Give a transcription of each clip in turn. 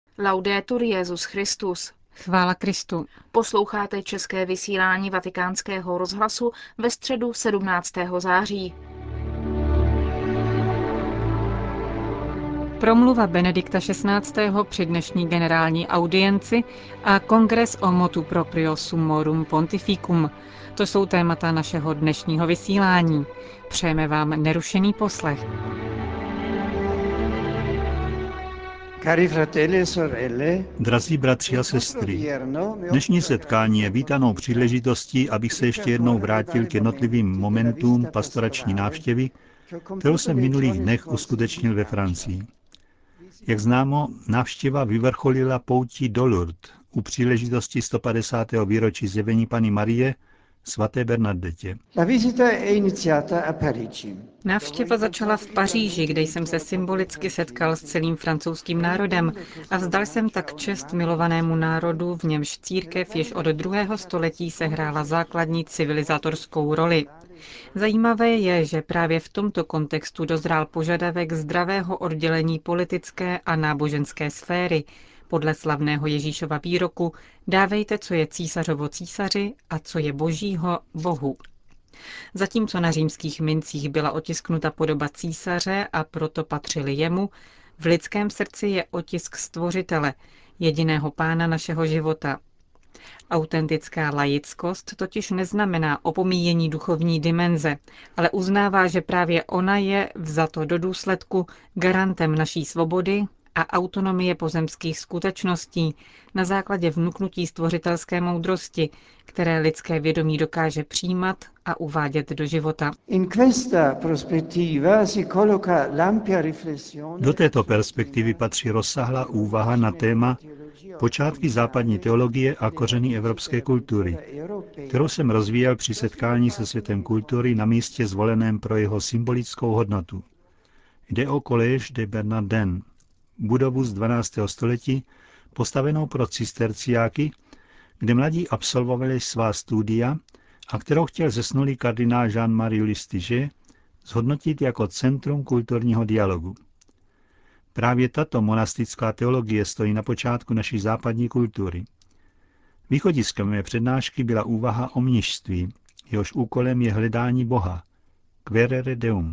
Laudetur Jesus Christus. Chvála Kristu. Posloucháte české vysílání Vatikánského rozhlasu ve středu 17. září. Promluva Benedikta XVI. Při dnešní generální audienci a kongres o motu proprio summorum pontificum. To jsou témata našeho dnešního vysílání. Přejeme vám nerušený poslech. Drazí bratři a sestry, dnešní setkání je vítanou příležitostí, abych se ještě jednou vrátil k jednotlivým momentům pastorační návštěvy, kterou jsem v minulých dnech uskutečnil ve Francii. Jak známo, návštěva vyvrcholila poutí do Lourdes u příležitosti 150. výročí zjevení Panny Marie svaté Bernadette. Návštěva začala v Paříži, kde jsem se symbolicky setkal s celým francouzským národem a vzdal jsem tak čest milovanému národu, v němž církev již od 2. století sehrála základní civilizatorskou roli. Zajímavé je, že právě v tomto kontextu dozrál požadavek zdravého oddělení politické a náboženské sféry, podle slavného Ježíšova výroku dávejte, co je císařovo císaři a co je božího Bohu. Zatímco na římských mincích byla otisknuta podoba císaře a proto patřili jemu, v lidském srdci je otisk stvořitele, jediného pána našeho života. Autentická laickost totiž neznamená opomíjení duchovní dimenze, ale uznává, že právě ona je, vzato do důsledku, garantem naší svobody a autonomie pozemských skutečností na základě vnuknutí stvořitelské moudrosti, které lidské vědomí dokáže přijímat a uvádět do života. Do této perspektivy patří rozsáhlá úvaha na téma počátky západní teologie a kořeny evropské kultury, kterou jsem rozvíjel při setkání se světem kultury na místě zvoleném pro jeho symbolickou hodnotu. Jde o Collège de Bernardin, budovu z 12. století, postavenou pro cisterciáky, kde mladí absolvovali svá studia a kterou chtěl zesnulý kardinál Jean-Marie Lustiger zhodnotit jako centrum kulturního dialogu. Právě tato monastická teologie stojí na počátku naší západní kultury. Východiskem mé přednášky byla úvaha o mnišství, jehož úkolem je hledání Boha, quaerere Deum.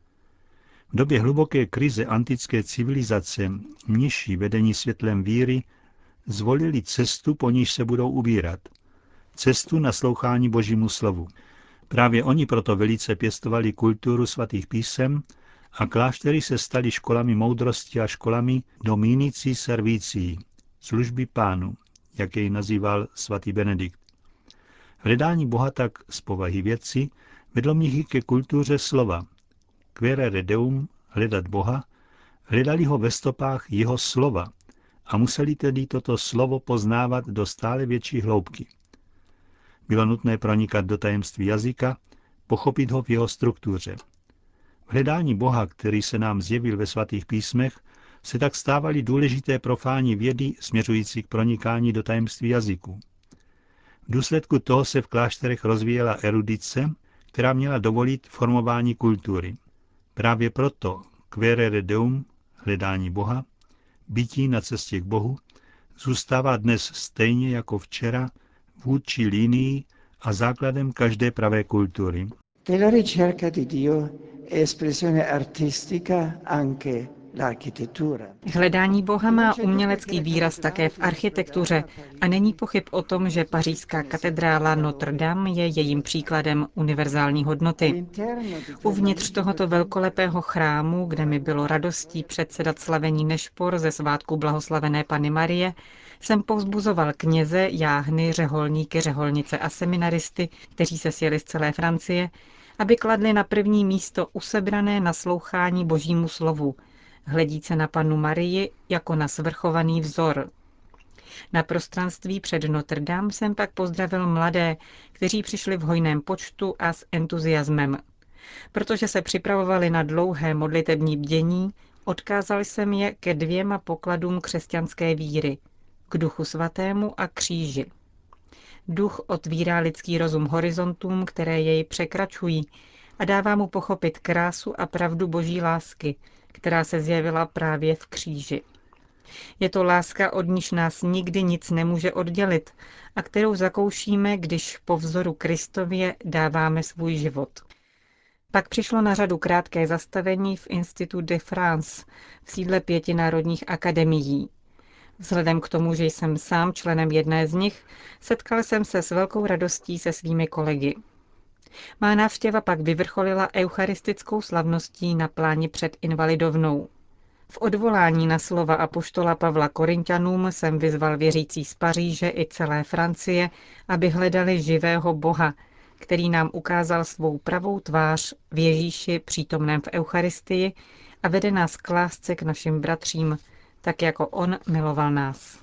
V době hluboké krize antické civilizace mniši vedení světlem víry zvolili cestu, po níž se budou ubírat. Cestu naslouchání Božímu slovu. Právě oni proto velice pěstovali kulturu svatých písem a kláštery se staly školami moudrosti a školami dominici servicii, služby pánu, jak jej nazýval svatý Benedikt. Hledání Boha tak z povahy věci vedlo mnichy ke kultuře slova. Quaerere Deum, hledat Boha, hledali ho ve stopách jeho slova a museli tedy toto slovo poznávat do stále větší hloubky. Bylo nutné pronikat do tajemství jazyka, pochopit ho v jeho struktuře. V hledání Boha, který se nám zjevil ve svatých písmech, se tak stávaly důležité profání vědy směřující k pronikání do tajemství jazyku. V důsledku toho se v klášterech rozvíjela erudice, která měla dovolit formování kultury. Právě proto quaerere Deum, hledání Boha, bytí na cestě k Bohu, zůstává dnes stejně jako včera vůdčí linií a základem každé pravé kultury. Della ricerca di Dio è espressione artistica anche l'architettura. Hledání Boha má umělecký výraz také v architektuře a není pochyb o tom, že pařížská katedrála Notre Dame je jejím příkladem univerzální hodnoty. Uvnitř tohoto velkolepého chrámu, kde mi bylo radostí předsedat slavení nešpor ze svátku blahoslavené Panny Marie, jsem povzbuzoval kněze, jáhny, řeholníky, řeholnice a seminaristy, kteří se sjeli z celé Francie, aby kladli na první místo usebrané naslouchání Božímu slovu, hledíce na Pannu Marii jako na svrchovaný vzor. Na prostranství před Notre Dame jsem pak pozdravil mladé, kteří přišli v hojném počtu a s entuziasmem. Protože se připravovali na dlouhé modlitební bdění, odkázal jsem je ke 2 pokladům křesťanské víry, k Duchu svatému a kříži. Duch otvírá lidský rozum horizontům, které jej překračují, a dává mu pochopit krásu a pravdu Boží lásky, která se zjevila právě v kříži. Je to láska, od níž nás nikdy nic nemůže oddělit a kterou zakoušíme, když po vzoru Kristově dáváme svůj život. Pak přišlo na řadu krátké zastavení v Institut de France, v sídle 5 národních akademií. Vzhledem k tomu, že jsem sám členem jedné z nich, setkal jsem se s velkou radostí se svými kolegy. Má návštěva pak vyvrcholila eucharistickou slavností na pláni před Invalidovnou. V odvolání na slova apoštola Pavla Korinťanům jsem vyzval věřící z Paříže i celé Francie, aby hledali živého Boha, který nám ukázal svou pravou tvář v Ježíši přítomném v Eucharistii a vede nás k lásce k našim bratřím, tak jako on miloval nás.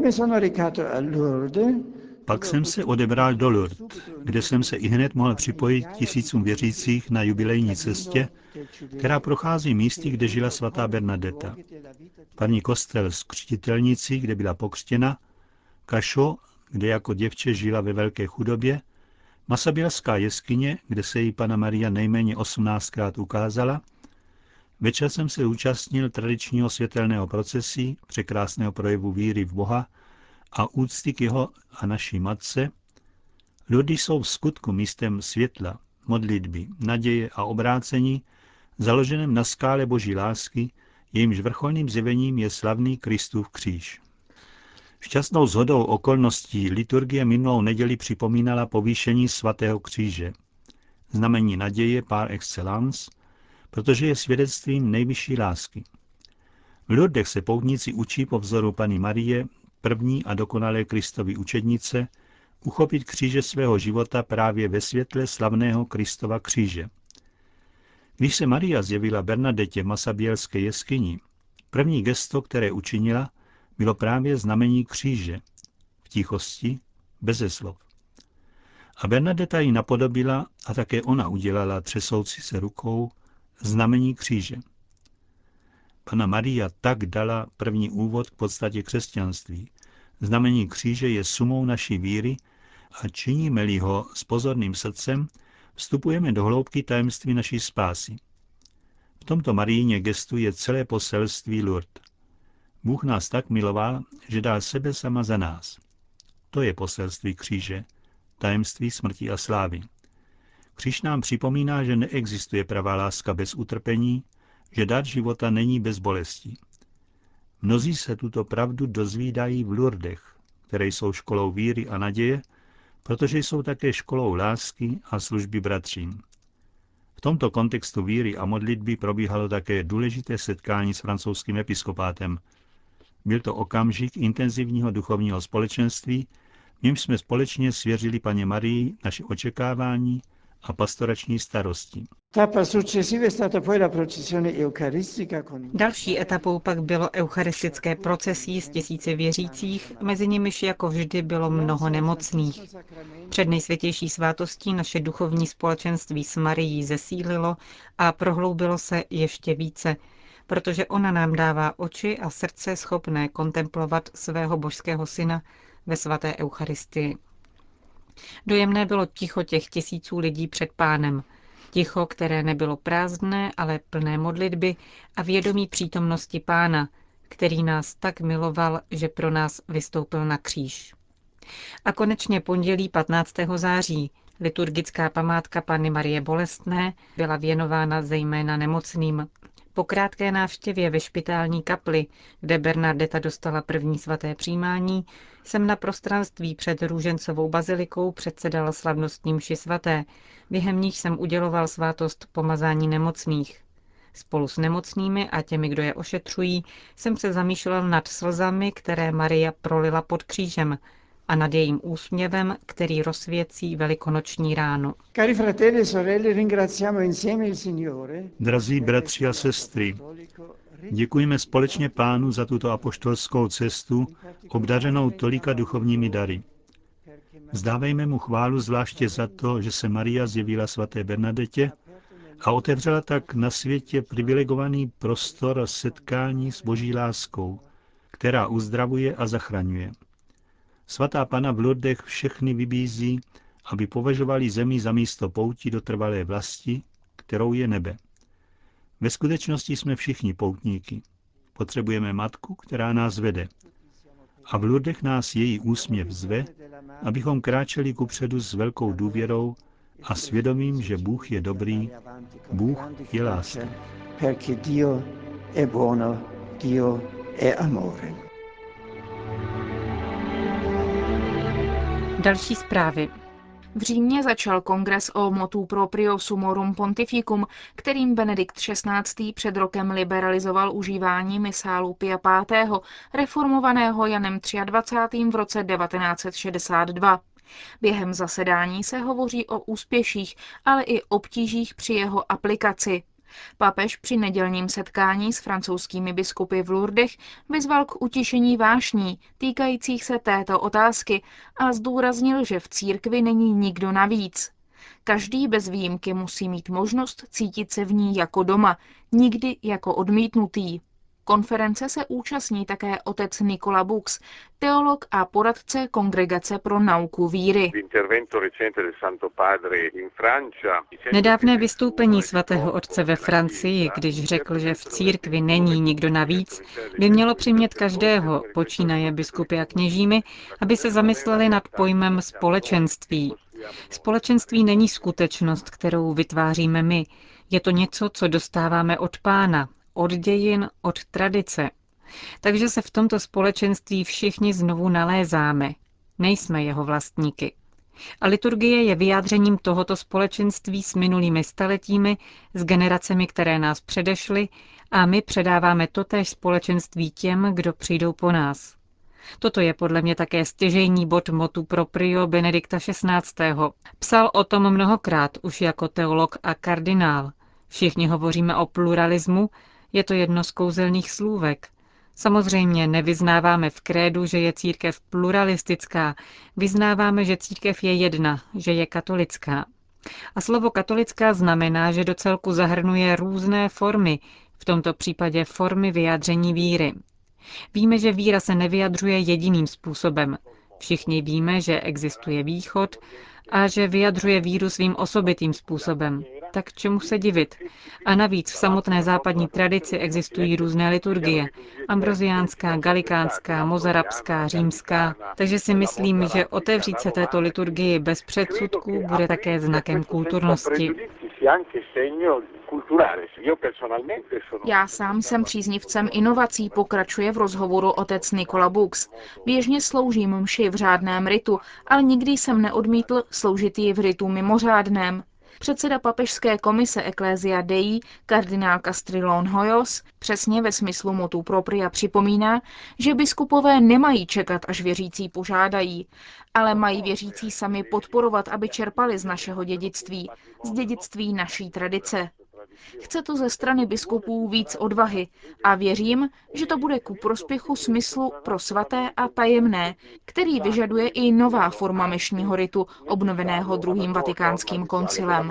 Pak jsem se odebral do Lourdes, kde jsem se ihned mohl připojit k tisícům věřících na jubilejní cestě, která prochází místy, kde žila svatá Bernadeta. Farní kostel s křtitelnicí, kde byla pokřtěna, Cachot, kde jako děvče žila ve velké chudobě, Masabielská jeskyně, kde se jí Panna Maria nejméně 18krát ukázala. Večer jsem se účastnil tradičního světelného procesí, překrásného projevu víry v Boha a úcty k jeho a naší matce. Lourdes jsou v skutku místem světla, modlitby, naděje a obrácení, založeném na skále Boží lásky, jejímž vrcholným zjevením je slavný Kristův kříž. Šťastnou shodou okolností liturgie minulou neděli připomínala povýšení svatého kříže, znamení naděje par excellence, protože je svědectvím nejvyšší lásky. V Lourdech se poutníci učí po vzoru Panny Marie, první a dokonalé Kristovy učednice, uchopit kříže svého života právě ve světle slavného Kristova kříže. Když se Maria zjevila Bernadetě v Masabielské jeskyni, první gesto, které učinila, bylo právě znamení kříže, v tichosti, beze slov. A Bernadeta ji napodobila a také ona udělala, třesoucí se rukou, znamení kříže. Panna Maria tak dala první úvod k podstatě křesťanství. Znamení kříže je sumou naší víry a činíme-li ho s pozorným srdcem, vstupujeme do hloubky tajemství naší spásy. V tomto Marijně gestu je celé poselství Lourdes. Bůh nás tak miloval, že dal sebe sama za nás. To je poselství kříže, tajemství smrti a slávy. Kříž nám připomíná, že neexistuje pravá láska bez utrpení, že dar života není bez bolesti. Mnozí se tuto pravdu dozvídají v Lourdech, které jsou školou víry a naděje, protože jsou také školou lásky a služby bratřím. V tomto kontextu víry a modlitby probíhalo také důležité setkání s francouzským episkopátem. Byl to okamžik intenzivního duchovního společenství, v němž jsme společně svěřili Panně Marii naše očekávání a pastorační starosti. Další etapou pak bylo eucharistické procesí s tisíci věřících, mezi nimiž jako vždy bylo mnoho nemocných. Před nejsvětější svátostí naše duchovní společenství s Marií zesílilo a prohloubilo se ještě více, protože ona nám dává oči a srdce schopné kontemplovat svého božského syna ve svaté Eucharistii. Dojemné bylo ticho těch tisíců lidí před Pánem. Ticho, které nebylo prázdné, ale plné modlitby a vědomí přítomnosti Pána, který nás tak miloval, že pro nás vystoupil na kříž. A konečně pondělí 15. září, liturgická památka Panny Marie Bolestné, byla věnována zejména nemocným. Po krátké návštěvě ve špitální kapli, kde Bernadeta dostala první svaté přijímání, jsem na prostranství před Růžencovou bazilikou předsedal slavnostní mši svaté, během níž jsem uděloval svátost pomazání nemocných. Spolu s nemocnými a těmi, kdo je ošetřují, jsem se zamýšlel nad slzami, které Maria prolila pod křížem, a nad jejím úsměvem, který rozsvěcí velikonoční ráno. Drazí bratři a sestry, děkujeme společně Pánu za tuto apoštolskou cestu, obdařenou tolika duchovními dary. Vzdávejme mu chválu zvláště za to, že se Maria zjevila svaté Bernadetě a otevřela tak na světě privilegovaný prostor setkání s Boží láskou, která uzdravuje a zachraňuje. Svatá Panna v Lourdech všechny vybízí, aby považovali zemi za místo pouti do trvalé vlasti, kterou je nebe. Ve skutečnosti jsme všichni poutníky. Potřebujeme matku, která nás vede. A v Lourdech nás její úsměv zve, abychom kráčeli kupředu s velkou důvěrou a svědomím, že Bůh je dobrý, Bůh je láska. Perché Dio è buono, Dio è amore. Další zprávy. V Římě začal kongres o motu proprio sumorum pontificum, kterým Benedikt XVI. Před rokem liberalizoval užívání misálu Pia V., reformovaného Janem 23. v roce 1962. Během zasedání se hovoří o úspěších, ale i obtížích při jeho aplikaci. Papež při nedělním setkání s francouzskými biskupy v Lourdech vyzval k utišení vášní týkajících se této otázky a zdůraznil, že v církvi není nikdo navíc. Každý bez výjimky musí mít možnost cítit se v ní jako doma, nikdy jako odmítnutý. Konference se účastní také otec Nicola Bux, teolog a poradce Kongregace pro nauku víry. Nedávné vystoupení svatého otce ve Francii, když řekl, že v církvi není nikdo navíc, by mělo přimět každého, počínaje biskupy a kněžími, aby se zamysleli nad pojmem společenství. Společenství není skutečnost, kterou vytváříme my. Je to něco, co dostáváme od Pána, od dějin, od tradice. Takže se v tomto společenství všichni znovu nalézáme. Nejsme jeho vlastníky. A liturgie je vyjádřením tohoto společenství s minulými staletími, s generacemi, které nás předešly, a my předáváme totéž společenství těm, kdo přijdou po nás. Toto je podle mě také stěžejní bod motu proprio Benedikta XVI. Psal o tom mnohokrát už jako teolog a kardinál. Všichni hovoříme o pluralismu, je to jedno z kouzelných slůvek. Samozřejmě nevyznáváme v krédu, že je církev pluralistická, vyznáváme, že církev je jedna, že je katolická. A slovo katolická znamená, že do celku zahrnuje různé formy, v tomto případě formy vyjádření víry. Víme, že víra se nevyjadřuje jediným způsobem. Všichni víme, že existuje východ a že vyjadřuje víru svým osobitým způsobem. Tak čemu se divit? A navíc v samotné západní tradici existují různé liturgie. Ambroziánská, galikánská, mozarabská, římská. Takže si myslím, že otevřít se této liturgii bez předsudků bude také znakem kulturnosti. Já sám jsem příznivcem inovací, pokračuje v rozhovoru otec Nicola Bux. Běžně sloužím mši v řádném ritu, ale nikdy jsem neodmítl sloužit ji v ritu mimořádném. Předseda papežské komise Ecclesia Dei, kardinál Castrilón Hoyos, přesně ve smyslu motu propria připomíná, že biskupové nemají čekat, až věřící požádají, ale mají věřící sami podporovat, aby čerpali z našeho dědictví, z dědictví naší tradice. Chce to ze strany biskupů víc odvahy a věřím, že to bude ku prospěchu smyslu pro svaté a tajemné, který vyžaduje i nová forma mešního ritu, obnoveného druhým vatikánským koncilem.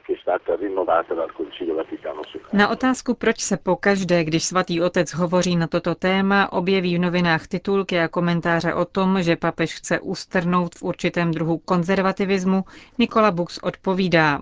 Na otázku, proč se pokaždé, když svatý otec hovoří na toto téma, objeví v novinách titulky a komentáře o tom, že papež chce ustrnout v určitém druhu konzervativismu, Nicola Bux odpovídá.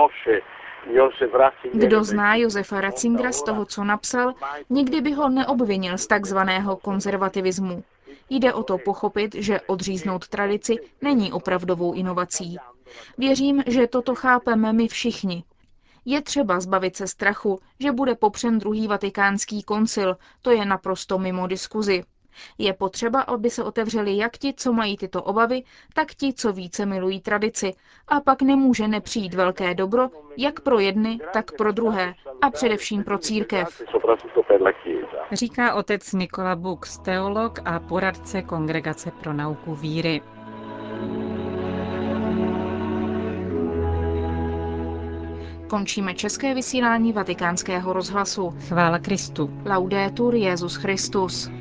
Kdo zná Josefa Ratzingera z toho, co napsal, nikdy by ho neobvinil z takzvaného konzervativismu. Jde o to pochopit, že odříznout tradici není opravdovou inovací. Věřím, že toto chápeme my všichni. Je třeba zbavit se strachu, že bude popřen druhý vatikánský koncil, to je naprosto mimo diskuzi. Je potřeba, aby se otevřeli jak ti, co mají tyto obavy, tak ti, co více milují tradici. A pak nemůže nepřijít velké dobro, jak pro jedny, tak pro druhé. A především pro církev. Říká otec Nicola Bux, teolog a poradce Kongregace pro nauku víry. Končíme české vysílání Vatikánského rozhlasu. Chvála Kristu. Laudetur Jesus Christus.